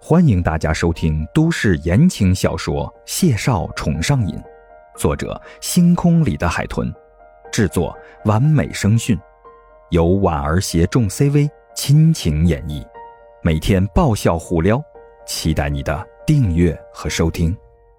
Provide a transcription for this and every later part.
欢迎大家收听都市言情小说《谢少宠上瘾》，作者星空里的海豚，制作完美声讯，由婉儿携众 CV 亲情演绎，每天爆笑互撩，期待你的订阅和收听。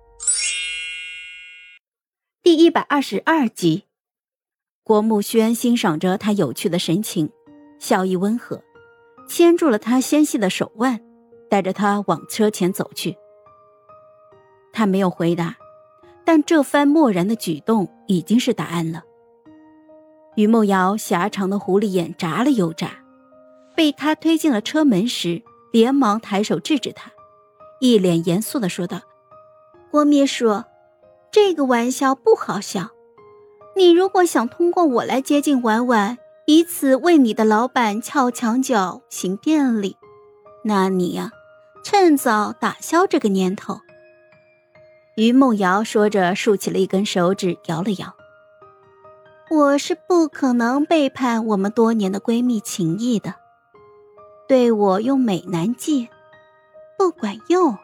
第122集，郭慕轩欣赏着他有趣的神情，笑意温和，牵住了他纤细的手腕，带着他往车前走去。他没有回答，但这番漠然的举动已经是答案了。于梦瑶狭长的狐狸眼眨了又眨，被他推进了车门时，连忙抬手制止他，一脸严肃地说道：郭秘书，这个玩笑不好笑，你如果想通过我来接近婉婉，以此为你的老板撬墙角行便利，那你呀，趁早打消这个念头。于梦瑶说着，竖起了一根手指，摇了摇。我是不可能背叛我们多年的闺蜜情谊的，对我用美男计不管用。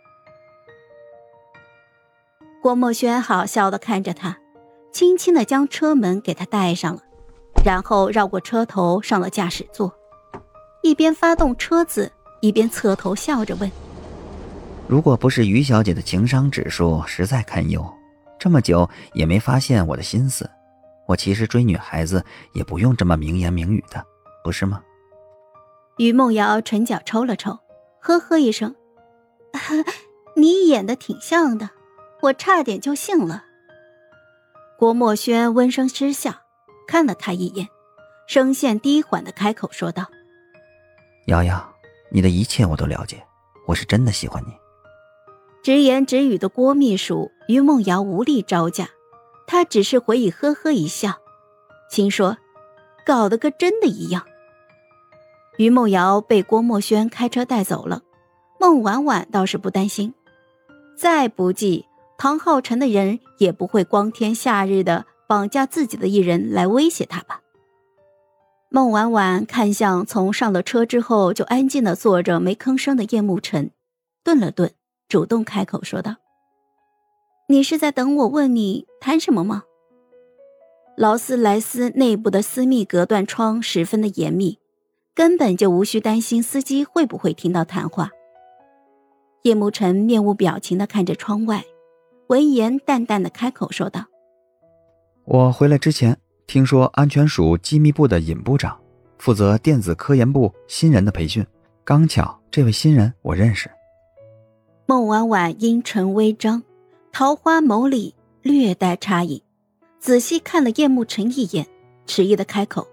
郭墨轩好笑地看着他，轻轻地将车门给他带上了，然后绕过车头上了驾驶座，一边发动车子一边侧头笑着问： 如果不是于小姐的情商指数实在堪忧，这么久也没发现我的心思，我其实追女孩子也不用这么明言明语的，不是吗？ 于梦瑶唇角抽了抽，呵呵一声，你演得挺像的，我差点就信了。郭墨轩温声失笑，看了他一眼，声线低缓地开口说道： 瑶瑶，你的一切我都了解，我是真的喜欢你。 直言直语的郭秘书于梦瑶无力招架，他只是回以呵呵一笑，心说搞得跟真的一样。于梦瑶被郭墨轩开车带走了，孟婉婉倒是不担心，再不济唐浩辰的人也不会光天夏日的绑架自己的一人来威胁他吧。孟婉婉看向从上了车之后就安静地坐着没吭声的叶慕辰，顿了顿，主动开口说道：你是在等我问你谈什么吗？劳斯莱斯内部的私密隔断窗十分的严密，根本就无需担心司机会不会听到谈话。叶慕辰面无表情地看着窗外，闻言淡淡地开口说道： 我回来之前听说安全署机密部的尹部长负责电子科研部新人的培训，刚巧这位新人我认识。 孟婉婉阴沉微张，桃花眸里略带诧异，仔细看了叶慕辰一眼，迟疑地开口：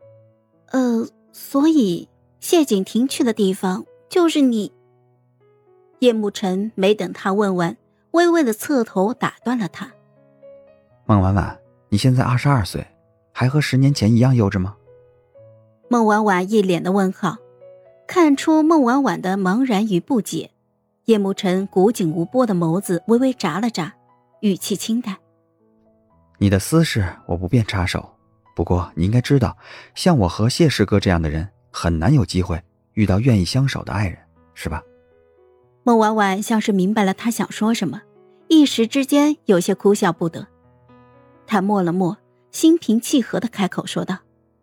所以谢景亭去的地方就是你？叶慕辰没等他问完，微微的侧头打断了他： 孟婉婉，你现在22岁，还和10年前一样幼稚吗？ 孟婉婉一脸的问号，看出孟婉婉的茫然与不解。叶慕辰古井无波的眸子微微眨了眨，语气清淡： 你的私事我不便插手，不过你应该知道，像我和谢师哥这样的人很难有机会遇到愿意相守的爱人，是吧？ 孟婉婉像是明白了他想说什么，一时之间有些哭笑不得。他默了默，心平气和地开口说道：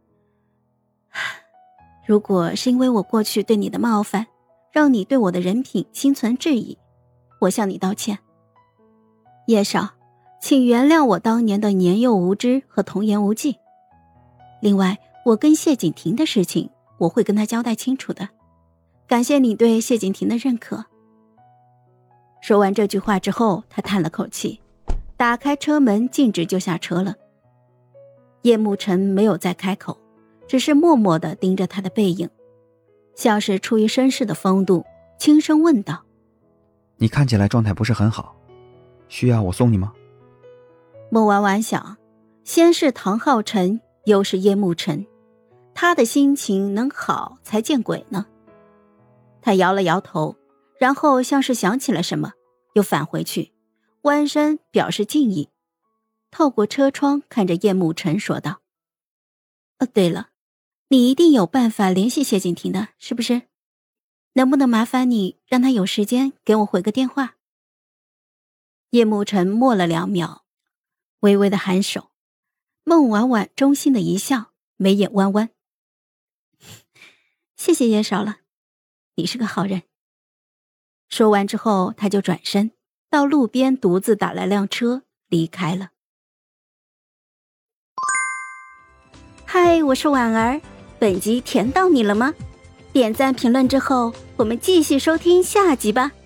如果是因为我过去对你的冒犯，让你对我的人品心存质疑，我向你道歉。叶少，请原谅我当年的年幼无知和童言无忌。另外，我跟谢景亭的事情，我会跟他交代清楚的。感谢你对谢景亭的认可。说完这句话之后，他叹了口气，打开车门，径直就下车了。叶慕辰没有再开口，只是默默地盯着他的背影，像是出于绅士的风度，轻声问道： 你看起来状态不是很好，需要我送你吗？ 孟婉婉想，先是唐浩辰，又是叶慕辰，他的心情能好才见鬼呢。他摇了摇头，然后像是想起了什么，又返回去，弯身表示敬意，透过车窗看着叶慕辰说道：对了，你一定有办法联系谢景亭的，是不是？ 能不能麻烦你让他有时间给我回个电话？叶慕辰默了2秒，微微的颔首。孟婉婉衷心的一笑，眉眼弯弯。谢谢叶少了，你是个好人。说完之后，他就转身到路边独自打来辆车离开了。嗨，我是婉儿，本集甜到你了吗？点赞评论之后，我们继续收听下集吧。